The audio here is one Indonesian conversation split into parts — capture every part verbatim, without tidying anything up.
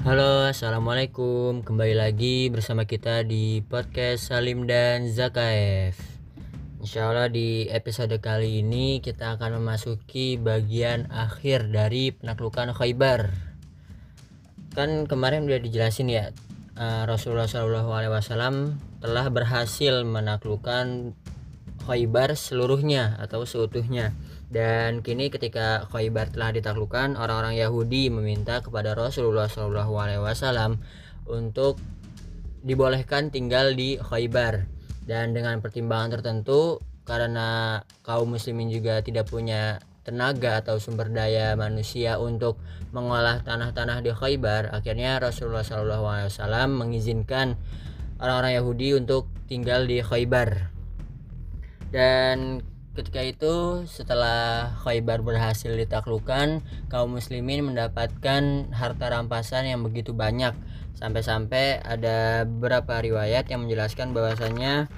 Halo, assalamualaikum. Kembali lagi bersama kita di podcast Salim dan Zakaev. Insya Allah di episode kali ini kita akan memasuki bagian akhir dari penaklukan Khaybar. Kan kemarin udah dijelasin ya, uh, Rasulullah shallallahu alaihi wasallam telah berhasil menaklukkan Khaybar seluruhnya atau seutuhnya. Dan kini ketika Khaybar telah ditaklukkan, orang-orang Yahudi meminta kepada Rasulullah shallallahu alaihi wasallam untuk dibolehkan tinggal di Khaybar. Dan dengan pertimbangan tertentu, karena kaum muslimin juga tidak punya tenaga atau sumber daya manusia untuk mengolah tanah-tanah di Khaybar, akhirnya Rasulullah shallallahu alaihi wasallam mengizinkan orang-orang Yahudi untuk tinggal di Khaybar. Dan ketika itu setelah Khaybar berhasil ditaklukkan, kaum muslimin mendapatkan harta rampasan yang begitu banyak, sampai-sampai ada beberapa riwayat yang menjelaskan bahwasanya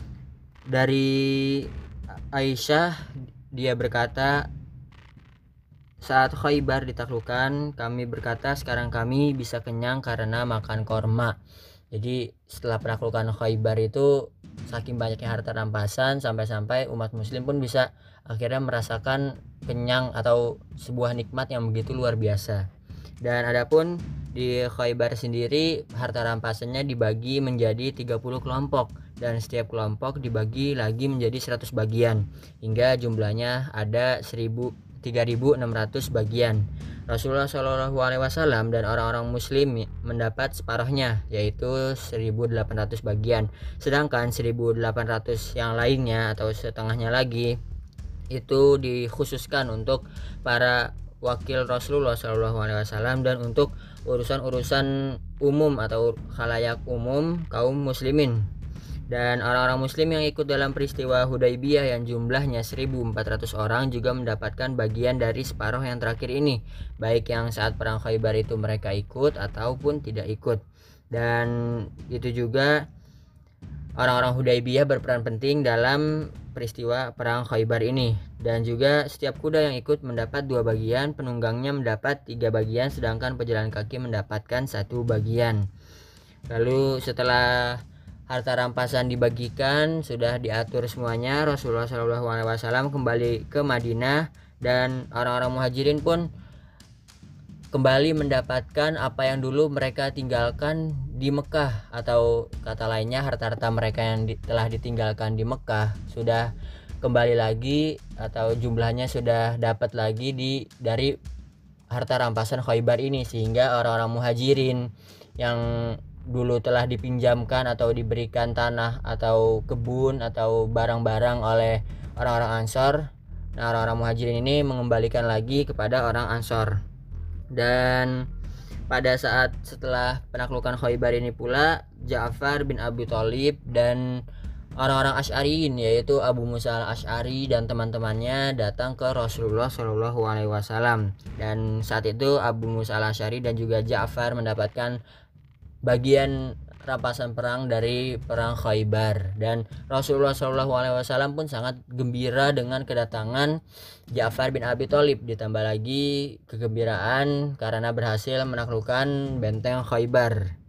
dari Aisyah, dia berkata, saat Khaybar ditaklukkan, kami berkata sekarang kami bisa kenyang karena makan korma. Jadi setelah penaklukan Khaybar itu saking banyaknya harta rampasan, sampai-sampai umat muslim pun bisa akhirnya merasakan kenyang atau sebuah nikmat yang begitu luar biasa. Dan adapun di Khaybar sendiri, harta rampasannya dibagi menjadi tiga puluh kelompok, dan setiap kelompok dibagi lagi menjadi seratus bagian, hingga jumlahnya ada tiga ribu enam ratus bagian. Rasulullah shallallahu alaihi wasallam dan orang-orang muslim mendapat separuhnya, yaitu seribu delapan ratus bagian. Sedangkan seribu delapan ratus yang lainnya atau setengahnya lagi itu dikhususkan untuk para wakil Rasulullah shallallahu alaihi wasallam dan untuk urusan-urusan umum atau khalayak umum kaum muslimin. Dan orang-orang muslim yang ikut dalam peristiwa Hudaybiyah yang jumlahnya seribu empat ratus orang juga mendapatkan bagian dari separuh yang terakhir ini, baik yang saat perang Khaybar itu mereka ikut ataupun tidak ikut. Dan itu juga orang-orang Hudaybiyah berperan penting dalam peristiwa perang Khaybar ini. Dan juga setiap kuda yang ikut mendapat dua bagian, penunggangnya mendapat tiga bagian, sedangkan pejalan kaki mendapatkan satu bagian. Lalu setelah harta rampasan dibagikan, sudah diatur semuanya, Rasulullah shallallahu alaihi wasallam kembali ke Madinah, dan orang-orang muhajirin pun kembali mendapatkan apa yang dulu mereka tinggalkan di Mekah, atau kata lainnya harta-harta mereka yang di, telah ditinggalkan di Mekah sudah kembali lagi atau jumlahnya sudah dapat lagi di dari harta rampasan Khaybar ini, sehingga orang-orang muhajirin yang dulu telah dipinjamkan atau diberikan tanah atau kebun atau barang-barang oleh orang-orang Ansor, nah orang-orang muhajirin ini mengembalikan lagi kepada orang Ansor. Dan pada saat setelah penaklukan Khaybar ini pula, Ja'far bin Abi Thalib dan orang-orang Asy'ariyin, yaitu Abu Musa al-Asy'ari dan teman-temannya, datang ke Rasulullah shallallahu alaihi wasallam. Dan saat itu Abu Musa al-Asy'ari dan juga Ja'far mendapatkan bagian rampasan perang dari perang Khaybar, dan Rasulullah shallallahu alaihi wasallam pun sangat gembira dengan kedatangan Ja'far bin Abi Thalib, ditambah lagi kegembiraan karena berhasil menaklukkan benteng Khaybar.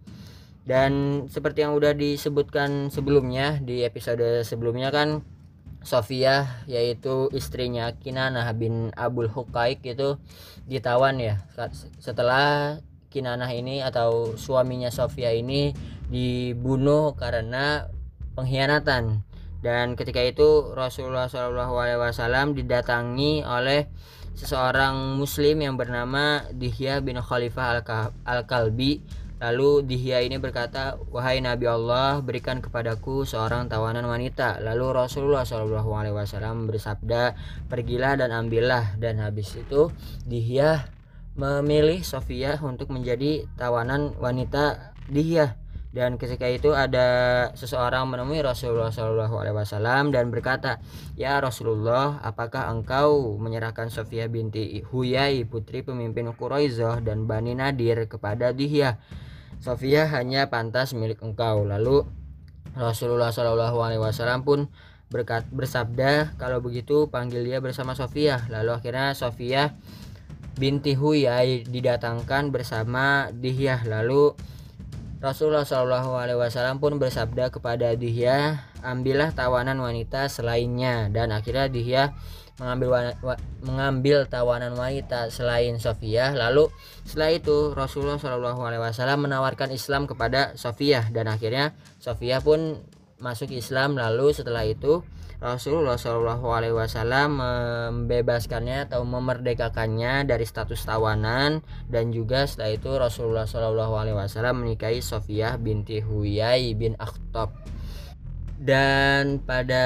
Dan seperti yang udah disebutkan sebelumnya di episode sebelumnya kan, Sofiyah, yaitu istrinya Kinanah bin Abul Huqaiq, itu ditawan ya setelah Kinanah ini atau suaminya Sofiyah ini dibunuh karena pengkhianatan. Dan ketika itu Rasulullah shallallahu alaihi wasallam didatangi oleh seseorang muslim yang bernama Dihya bin Khalifah Al-Kalbi. Lalu Dihya ini berkata, "Wahai Nabi Allah, berikan kepadaku seorang tawanan wanita." Lalu Rasulullah shallallahu alaihi wasallam bersabda, "Pergilah dan ambillah." Dan habis itu Dihya memilih Sofiyah untuk menjadi tawanan wanita Dihya. Dan ketika itu ada seseorang menemui Rasulullah shallallahu alaihi wasallam dan berkata, "Ya Rasulullah, apakah engkau menyerahkan Sofiyah binti Huyai, putri pemimpin Quraisyah dan Bani Nadir, kepada Dihya? Sofiyah hanya pantas milik engkau." Lalu Rasulullah shallallahu alaihi wasallam pun berkat, bersabda, "Kalau begitu panggil dia bersama Sofiyah." Lalu akhirnya Sofiyah binti Huyai didatangkan bersama Dihyah. Lalu Rasulullah shallallahu alaihi wasallam pun bersabda kepada Dihyah, ambillah tawanan wanita selainnya. Dan akhirnya Dihyah mengambil wa- mengambil tawanan wanita selain Sofiyah. Lalu setelah itu Rasulullah shallallahu alaihi wasallam menawarkan Islam kepada Sofiyah, dan akhirnya Sofiyah pun masuk Islam. Lalu setelah itu Rasulullah shallallahu alaihi wasallam membebaskannya atau memerdekakannya dari status tawanan, dan juga setelah itu Rasulullah shallallahu alaihi wasallam menikahi Sofiyah binti Huyai bin Akhtab. Dan pada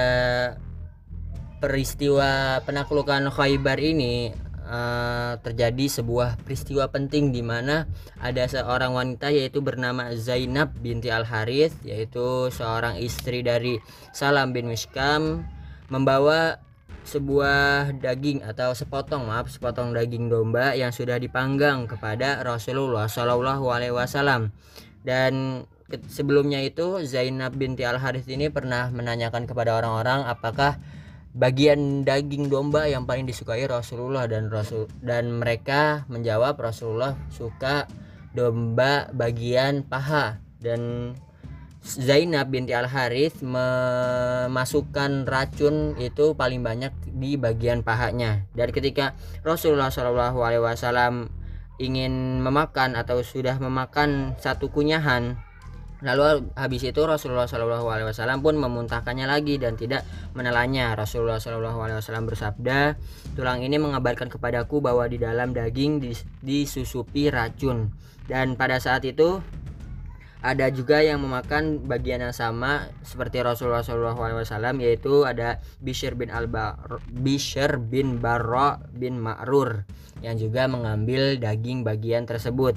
peristiwa penaklukan Khaybar ini uh, terjadi sebuah peristiwa penting di mana ada seorang wanita yaitu bernama Zainab binti Al-Harith, yaitu seorang istri dari Salam bin Mishkam, membawa sebuah daging atau sepotong maaf sepotong daging domba yang sudah dipanggang kepada Rasulullah Shallallahu alaihi wasallam. Dan sebelumnya itu Zainab binti Al-Harith ini pernah menanyakan kepada orang-orang apakah bagian daging domba yang paling disukai Rasulullah, dan Rasul dan mereka menjawab Rasulullah suka domba bagian paha. Dan Zainab binti Al-Harith memasukkan racun itu paling banyak di bagian pahanya. Dan ketika Rasulullah shallallahu alaihi wasallam ingin memakan atau sudah memakan satu kunyahan, lalu habis itu Rasulullah shallallahu alaihi wasallam pun memuntahkannya lagi dan tidak menelannya. Rasulullah shallallahu alaihi wasallam bersabda, tulang ini mengabarkan kepadaku bahwa di dalam daging disusupi racun. Dan pada saat itu ada juga yang memakan bagian yang sama seperti Rasulullah shallallahu alaihi wasallam, yaitu ada Bishr bin Al Bishr bin Barra bin Ma'rur yang juga mengambil daging bagian tersebut.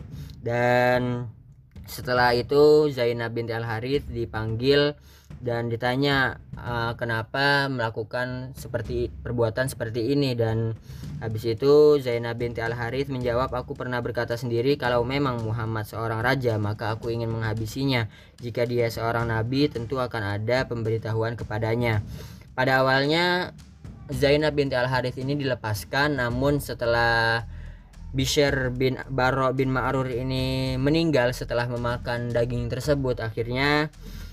Dan setelah itu Zainab binti Al-Harith dipanggil dan ditanya uh, kenapa melakukan seperti perbuatan seperti ini. Dan habis itu Zainab binti Al-Harith menjawab, aku pernah berkata sendiri kalau memang Muhammad seorang raja maka aku ingin menghabisinya. Jika dia seorang nabi tentu akan ada pemberitahuan kepadanya. Pada awalnya Zainab binti Al-Harith ini dilepaskan, namun setelah Bishr bin Barra bin Ma'rur ini meninggal setelah memakan daging tersebut, akhirnya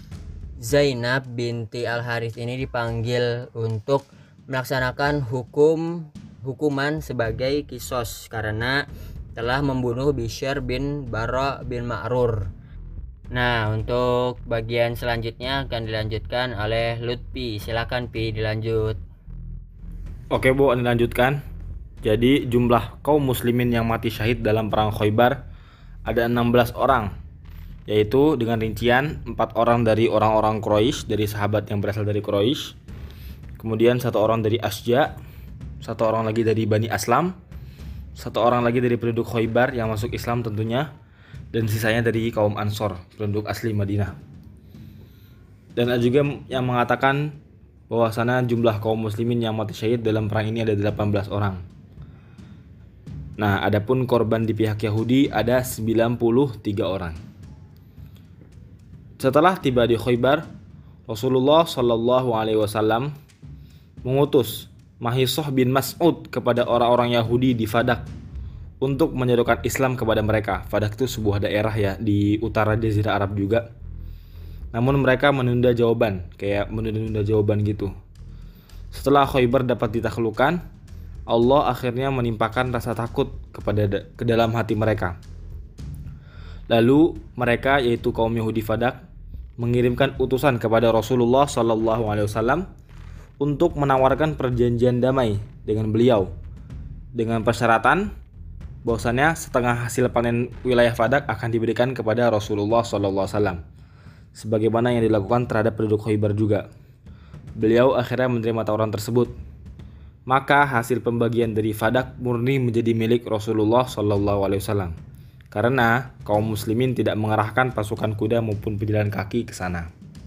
Zainab binti Al-Harith ini dipanggil untuk melaksanakan hukum hukuman sebagai kisos karena telah membunuh Bishr bin Barra bin Ma'rur. Nah, untuk bagian selanjutnya akan dilanjutkan oleh Lutfi. Silakan Pi, dilanjut. Oke Bu, dilanjutkan. Jadi jumlah kaum muslimin yang mati syahid dalam perang Khaybar ada enam belas orang, yaitu dengan rincian empat orang dari orang-orang Quraisy, dari sahabat yang berasal dari Quraisy, kemudian satu orang dari Asja, satu orang lagi dari Bani Aslam, satu orang lagi dari penduduk Khaybar yang masuk Islam tentunya, dan sisanya dari kaum Ansor, penduduk asli Madinah. Dan ada juga yang mengatakan bahwasanya jumlah kaum muslimin yang mati syahid dalam perang ini ada delapan belas orang. Nah, adapun korban di pihak Yahudi ada sembilan puluh tiga orang. Setelah tiba di Khaybar, Rasulullah shallallahu alaihi wasallam mengutus Mahisah bin Mas'ud kepada orang-orang Yahudi di Fadak untuk menyerukan Islam kepada mereka. Fadak itu sebuah daerah ya di utara Jazirah Arab juga. Namun mereka menunda jawaban, kayak menunda-nunda jawaban gitu. Setelah Khaybar dapat ditaklukkan, Allah akhirnya menimpakan rasa takut kepada ke dalam hati mereka. Lalu mereka, yaitu kaum Yahudi Fadak, mengirimkan utusan kepada Rasulullah shallallahu alaihi wasallam untuk menawarkan perjanjian damai dengan beliau dengan persyaratan bahwasanya setengah hasil panen wilayah Fadak akan diberikan kepada Rasulullah shallallahu alaihi wasallam, sebagaimana yang dilakukan terhadap penduduk Khaybar juga. Beliau akhirnya menerima tawaran tersebut. Maka hasil pembagian dari Fadak murni menjadi milik Rasulullah shallallahu alaihi wasallam karena kaum muslimin tidak mengerahkan pasukan kuda maupun pejalan kaki ke sana.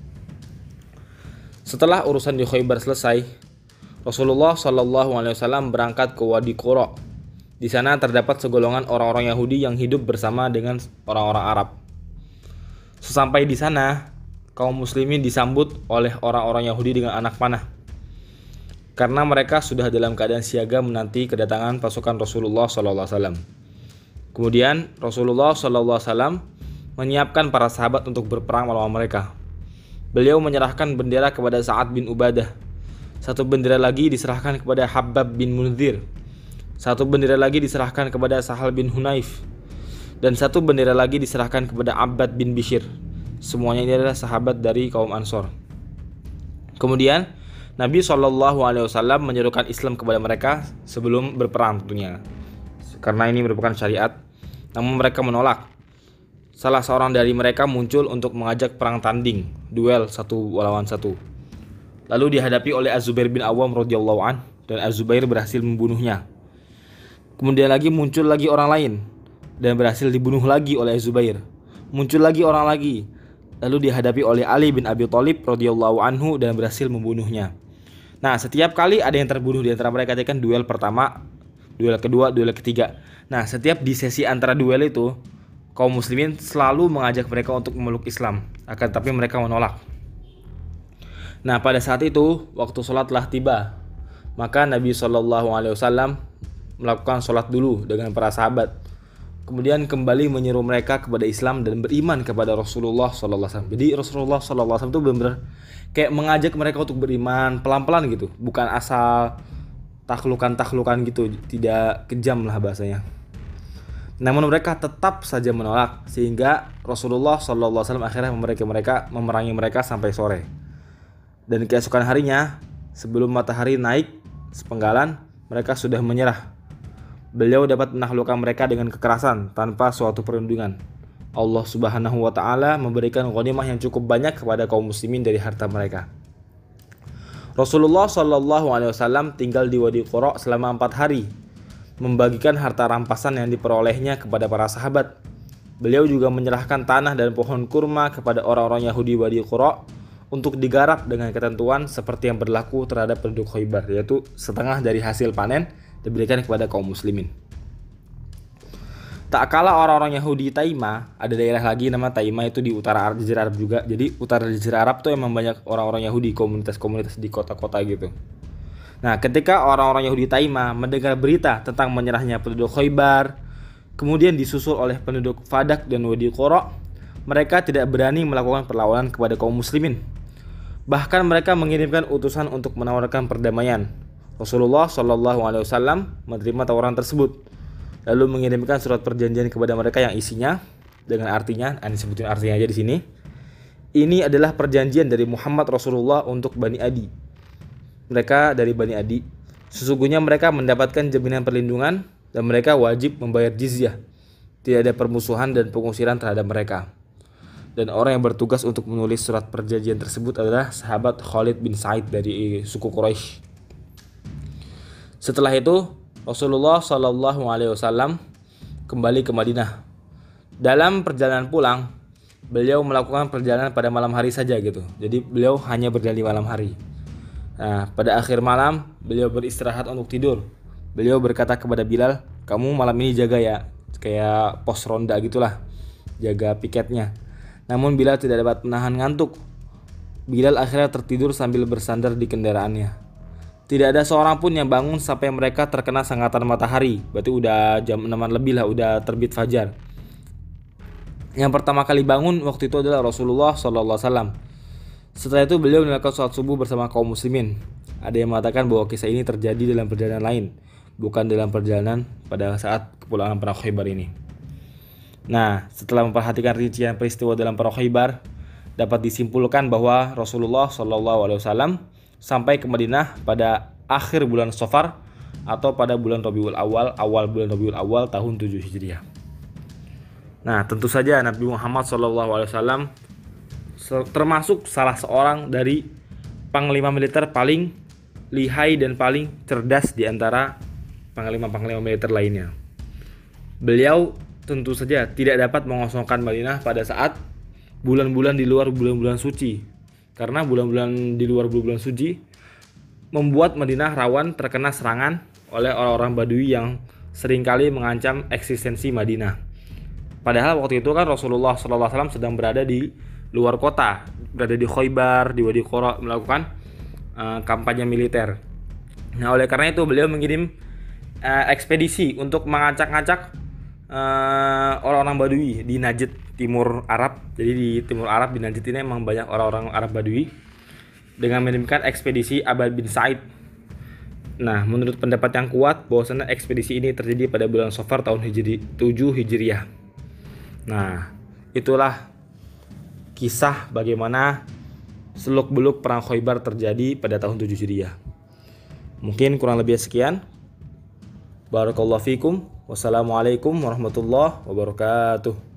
Setelah urusan di Khaybar selesai, Rasulullah shallallahu alaihi wasallam berangkat ke Wadi Qura. Di sana terdapat segolongan orang-orang Yahudi yang hidup bersama dengan orang-orang Arab. Sesampai di sana, kaum muslimin disambut oleh orang-orang Yahudi dengan anak panah. karena mereka sudah dalam keadaan siaga menanti kedatangan pasukan Rasulullah shallallahu alaihi wasallam. Kemudian Rasulullah shallallahu alaihi wasallam menyiapkan para sahabat untuk berperang melawan mereka. Beliau menyerahkan bendera kepada Sa'ad bin Ubadah. Satu bendera lagi diserahkan kepada Habbab bin Munzir. Satu bendera lagi diserahkan kepada Sahal bin Hunayf. Dan satu bendera lagi diserahkan kepada Abbad bin Bishr. Semuanya ini adalah sahabat dari kaum Ansor. Kemudian Nabi shallallahu alaihi wasallam menyerukan Islam kepada mereka sebelum berperang tentunya, karena ini merupakan syariat. Namun mereka menolak. Salah seorang dari mereka muncul untuk mengajak perang tanding, duel satu lawan satu. Lalu dihadapi oleh Az-Zubair bin Awam radhiyallahu an, dan Az-Zubair berhasil membunuhnya. Kemudian lagi muncul lagi orang lain dan berhasil dibunuh lagi oleh Az-Zubair. Muncul lagi orang lagi, lalu dihadapi oleh Ali bin Abi Thalib radhiyallahu anhu dan berhasil membunuhnya. Nah, setiap kali ada yang terbunuh di antara mereka, kan duel pertama, duel kedua, duel ketiga. Nah, setiap di sesi antara duel itu, kaum muslimin selalu mengajak mereka untuk memeluk Islam, akan tapi mereka menolak. Nah, pada saat itu waktu sholat telah tiba, maka Nabi shallallahu alaihi wasallam melakukan sholat dulu dengan para sahabat, kemudian kembali menyeru mereka kepada Islam dan beriman kepada Rasulullah shallallahu alaihi wasallam. Jadi Rasulullah shallallahu alaihi wasallam itu benar-benar kayak mengajak mereka untuk beriman pelan-pelan gitu, bukan asal taklukan-taklukan gitu, tidak kejam lah bahasanya. Namun mereka tetap saja menolak, sehingga Rasulullah shallallahu alaihi wasallam akhirnya mereka mereka memerangi mereka sampai sore. Dan keesokan harinya, sebelum matahari naik sepenggalan, mereka sudah menyerah. Beliau dapat menaklukkan mereka dengan kekerasan tanpa suatu perlindungan. Allah Subhanahu wa taala memberikan ghanimah yang cukup banyak kepada kaum muslimin dari harta mereka. Rasulullah shallallahu alaihi wasallam tinggal di Wadi Qura selama empat hari, membagikan harta rampasan yang diperolehnya kepada para sahabat. Beliau juga menyerahkan tanah dan pohon kurma kepada orang-orang Yahudi Wadi Qura untuk digarap dengan ketentuan seperti yang berlaku terhadap penduduk Khaybar, yaitu setengah dari hasil panen diberikan kepada kaum muslimin. Tak kalah orang-orang Yahudi Taima, ada daerah lagi nama Taima itu di utara Jazirah Arab juga. Jadi utara Jazirah Arab tuh emang banyak orang-orang Yahudi, komunitas-komunitas di kota-kota gitu. Nah, ketika orang-orang Yahudi Taima mendengar berita tentang menyerahnya penduduk Khaybar, kemudian disusul oleh penduduk Fadak dan Wadi Qura, mereka tidak berani melakukan perlawanan kepada kaum muslimin. Bahkan mereka mengirimkan utusan untuk menawarkan perdamaian. Rasulullah shallallahu alaihi wasallam menerima tawaran tersebut, lalu mengirimkan surat perjanjian kepada mereka yang isinya dengan artinya, ini sebutin artinya aja di sini. Ini adalah perjanjian dari Muhammad Rasulullah untuk Bani Adi. Mereka dari Bani Adi, sesungguhnya mereka mendapatkan jaminan perlindungan dan mereka wajib membayar jizyah. Tidak ada permusuhan dan pengusiran terhadap mereka. Dan orang yang bertugas untuk menulis surat perjanjian tersebut adalah sahabat Khalid bin Sa'id dari suku Quraisy. Setelah itu Rasulullah shallallahu alaihi wasallam kembali ke Madinah. Dalam perjalanan pulang, beliau melakukan perjalanan pada malam hari saja gitu. Jadi beliau hanya berjalan di malam hari. Nah, pada akhir malam beliau beristirahat untuk tidur. Beliau berkata kepada Bilal, "Kamu malam ini jaga ya, kayak pos ronda gitulah, jaga piketnya." Namun Bilal tidak dapat menahan ngantuk. Bilal akhirnya tertidur sambil bersandar di kendaraannya. Tidak ada seorang pun yang bangun sampai mereka terkena sengatan matahari. Berarti udah jam enaman lebih lah, udah terbit fajar. Yang pertama kali bangun waktu itu adalah Rasulullah shallallahu alaihi wasallam. Setelah itu beliau melakukan sholat subuh bersama kaum muslimin. Ada yang mengatakan bahwa kisah ini terjadi dalam perjalanan lain, bukan dalam perjalanan pada saat kepulangan perang Khaybar ini. Nah, setelah memperhatikan rincian peristiwa dalam perang Khaybar, dapat disimpulkan bahwa Rasulullah shallallahu alaihi wasallam sampai ke Madinah pada akhir bulan Safar atau pada bulan Rabiul Awal, awal bulan Rabiul Awal tahun tujuh Hijriah. Nah, tentu saja Nabi Muhammad shallallahu alaihi wasallam termasuk salah seorang dari panglima militer paling lihai dan paling cerdas di antara panglima-panglima militer lainnya. Beliau tentu saja tidak dapat mengosongkan Madinah pada saat bulan-bulan di luar bulan-bulan suci, karena bulan-bulan di luar bulan-bulan suci membuat Madinah rawan terkena serangan oleh orang-orang Badui yang seringkali mengancam eksistensi Madinah. Padahal waktu itu kan Rasulullah shallallahu alaihi wasallam sedang berada di luar kota, berada di Khaybar, di Wadi Qura, melakukan uh, kampanye militer. Nah, oleh karena itu beliau mengirim uh, ekspedisi untuk mengacak-ngacak uh, orang-orang Badui di Najd, timur Arab. Jadi di timur Arab, di Najd ini memang banyak orang-orang Arab Badui, dengan mengirimkan ekspedisi Abad bin Said. Nah, menurut pendapat yang kuat bahwasanya ekspedisi ini terjadi pada bulan Safar tahun Hijri tujuh Hijriah. Nah, itulah kisah bagaimana seluk-beluk perang Khaybar terjadi pada tahun tujuh Hijriah. Mungkin kurang lebih sekian. Barakallahu fikum. Wassalamualaikum warahmatullahi wabarakatuh.